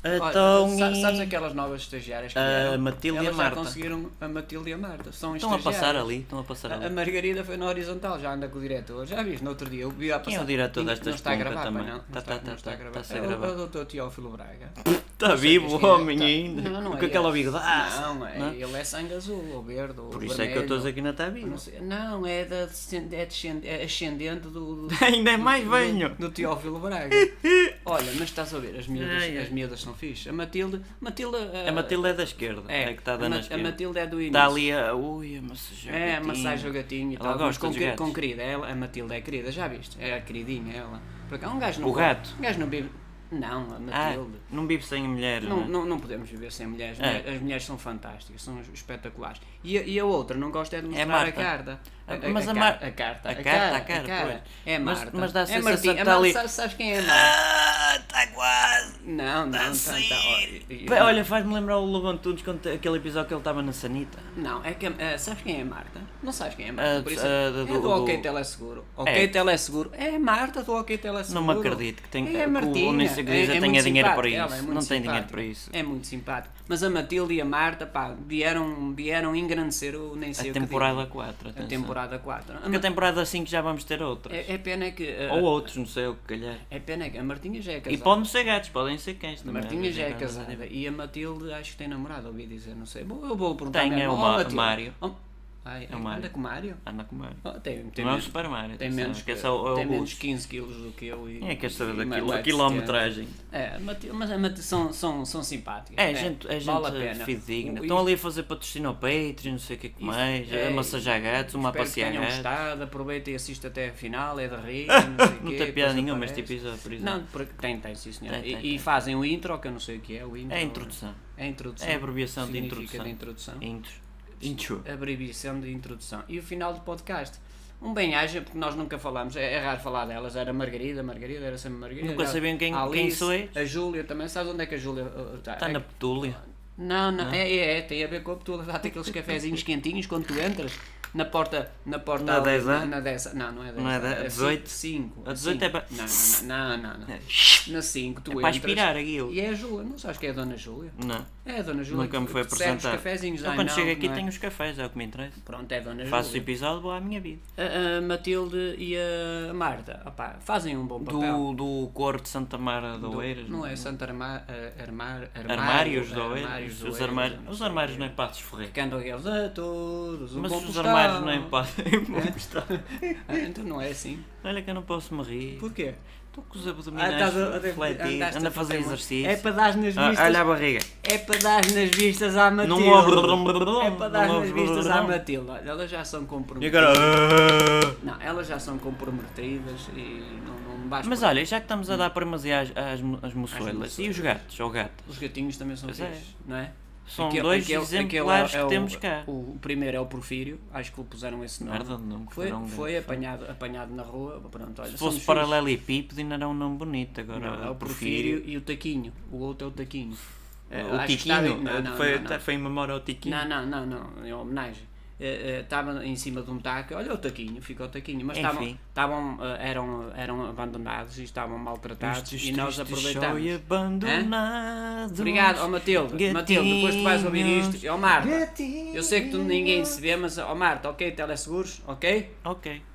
Então, sabes aquelas novas estagiárias que a vieram? Matilde e a Elas já Marta. conseguiram a Matilde e a Marta. São Estão a passar estagiárias. ali, estão a passar A ali. Margarida foi na horizontal, já anda com o diretor. Já viste, no outro dia eu vi a passar. Quem é o diretor Ninguém- desta Não está a esponca gravar, também? pai, não. Não está a gravar. Está-se a É gravar. o doutor Teófilo Braga. Está Não sei vivo quem o é, homem tá. ainda. Não Com é aquela esse. bigode. Não, ele é sangue azul, ou verde, ou Por isso vermelho. é que eu estou a dizer que ainda está vivo. Não, é ascendente do Ainda é mais velho. do Teófilo Braga. Olha, mas estás a ver, as miúdas são fixe. A Matilde. A Matilde é da esquerda. É que está dando a A esquerda. Matilde é do início. Está ali a. Ui, a massagear. É, massagem ao gatinho e Ela tal, mas gosta dos gatos. com querida. A Matilde é querida, já viste? É a queridinha, ela. Porque um gajo não O gato? Um gajo não vive. Não, a Matilde. Não vive sem mulheres, não é? Não podemos viver sem mulheres. É. As mulheres são fantásticas, são espetaculares. E a outra não gosta é de mostrar a Marta. carta. Mas a A carta. A cara, pois. É Mas- Marta. mas dá a é sensação Martinha. que está ali. Sabes quem é a Marta? Está quase! Não, Tá Olha, faz-me lembrar o Lobo Antunes quando aquele episódio que ele estava na sanita. Não, é que sabes quem é a Marta? Não sabes quem é a A- Marta? Por isso é do- do OK do- Teleseguro. É. OK Teleseguro. É a Marta do OK Teleseguro. Não me acredito que, tem, É a que Martinha. o Unísio Grisa muito tenha dinheiro para simpática, isso. ela é muito Não tem dinheiro simpática. para isso. É muito simpático. Mas a Matilde e a Marta, pá, vieram engrandecer o nem sei A o que temporada digo. 4. A atenção. temporada 4. Porque a temporada 5 já vamos ter outras. É pena que... Ou outros, não sei o que calhar. É pena que a Martinha já é casada. E podem ser gatos, podem ser cães A também. Martinha já é Às vezes, casada. E a Matilde acho que tem namorado, ouvi dizer, não sei. Eu vou perguntar Tem, mesmo. é o Oh, Matilde. Mário. Ai, É o Mário. Anda com o Mário? Anda com o Mário. Tem Não é o menos, Super Mario. tem atenção, menos, esquece o tem menos Augusto. 15 quilos do que eu. Quem é que quer saber e daquilo? mais A quilometragem. É, mas a Matilde são simpáticas. É gente vale a pena. fidedigna. O- Estão ali a fazer patrocínio ao Patreon, não sei o que mais, a massajar gatos, uma a Espero que passear tenham gatos. gostado, aproveita e assista até a final, é de rir, não sei Não quê, tem piada depois nenhuma este aparece. episódio, por exemplo. Não, porque tem sim senhor. Tem, E tem. fazem o intro, que eu não sei o que é o intro. É a introdução. É a introdução. É a abreviação de Significa introdução. de introdução. Intro. Abreviação de introdução. E o final do podcast. Um bem-aja, porque nós nunca falamos, é raro falar delas, era Margarida era sempre Margarida. Nunca sabiam quem Alice, sois. A Júlia também, sabes onde é que a Júlia Está na Petúlia. Não, tem a ver com a Petúlia, dá-te aqueles cafezinhos quentinhos quando tu entras. Na porta Na ali, 10A? na 10A. Não é 10A. Não é 10A, 18? 5. A 18 é para... Não. Na 5 tu É entras. para aspirar aquilo. E é a Júlia, não sabes que é a Dona Júlia? Não. É a Dona Júlia. Nunca me foi que serve os apresentado. cafezinhos. Eu Ai, quando não, chego aqui não é. tenho os cafés, é o que me interessa. Pronto, é a Dona Faço o Júlia. episódio, vou à minha vida. A Matilde e a Marta, opá, fazem um bom papel. Do coro de Santa Mara de Oeiras. Não é Santa Armários de Oeiras. de Os Oeiras, armários, não os sei armários o não é quê. para esforrer. Que andam eles a todos, um Mas bom os postal. armários não é para postar. Então não é assim. Olha que eu não posso me rir. Porquê? Estou com os abdominais refletidos. Anda a fazer exercício. É para dar nas vistas. Olha a barriga. É para dar nas vistas à Matilde. Não ouve. É para dar Não nas ouve. vistas à Matilde. Olha, elas já são E comprometidas. agora... Não, elas já são comprometidas e não basta. Mas olha, já que estamos a dar primazia às moçoelas, moçoelas. e os gatos, ou gatas? Os gatinhos também são Pois é. fixes, não é? São dois exemplares que temos cá. O primeiro é o Porfírio, acho que lhe puseram esse nome. Merda de nome que Foi, deram um foi gato. apanhado na rua, pronto, olha. Se são fosse os paralelepípedo ainda era um nome bonito, filhos. agora Não, é o Porfírio e o Taquinho. O outro é o Taquinho. O Acho que está Tiquinho, bem- não, foi em memória ao Tiquinho. não, em homenagem. Estava em cima de um taco, olha o taquinho, fica o taquinho, mas Enfim. eram abandonados e estavam maltratados e nós Foi aproveitamos. abandonado. Obrigado, ó Matilde. Matilde, depois tu vais ouvir isto. Ó Marta, Gatinhos. eu sei que ninguém se vê, mas ó Marta, ok, teleseguros, ok? Ok.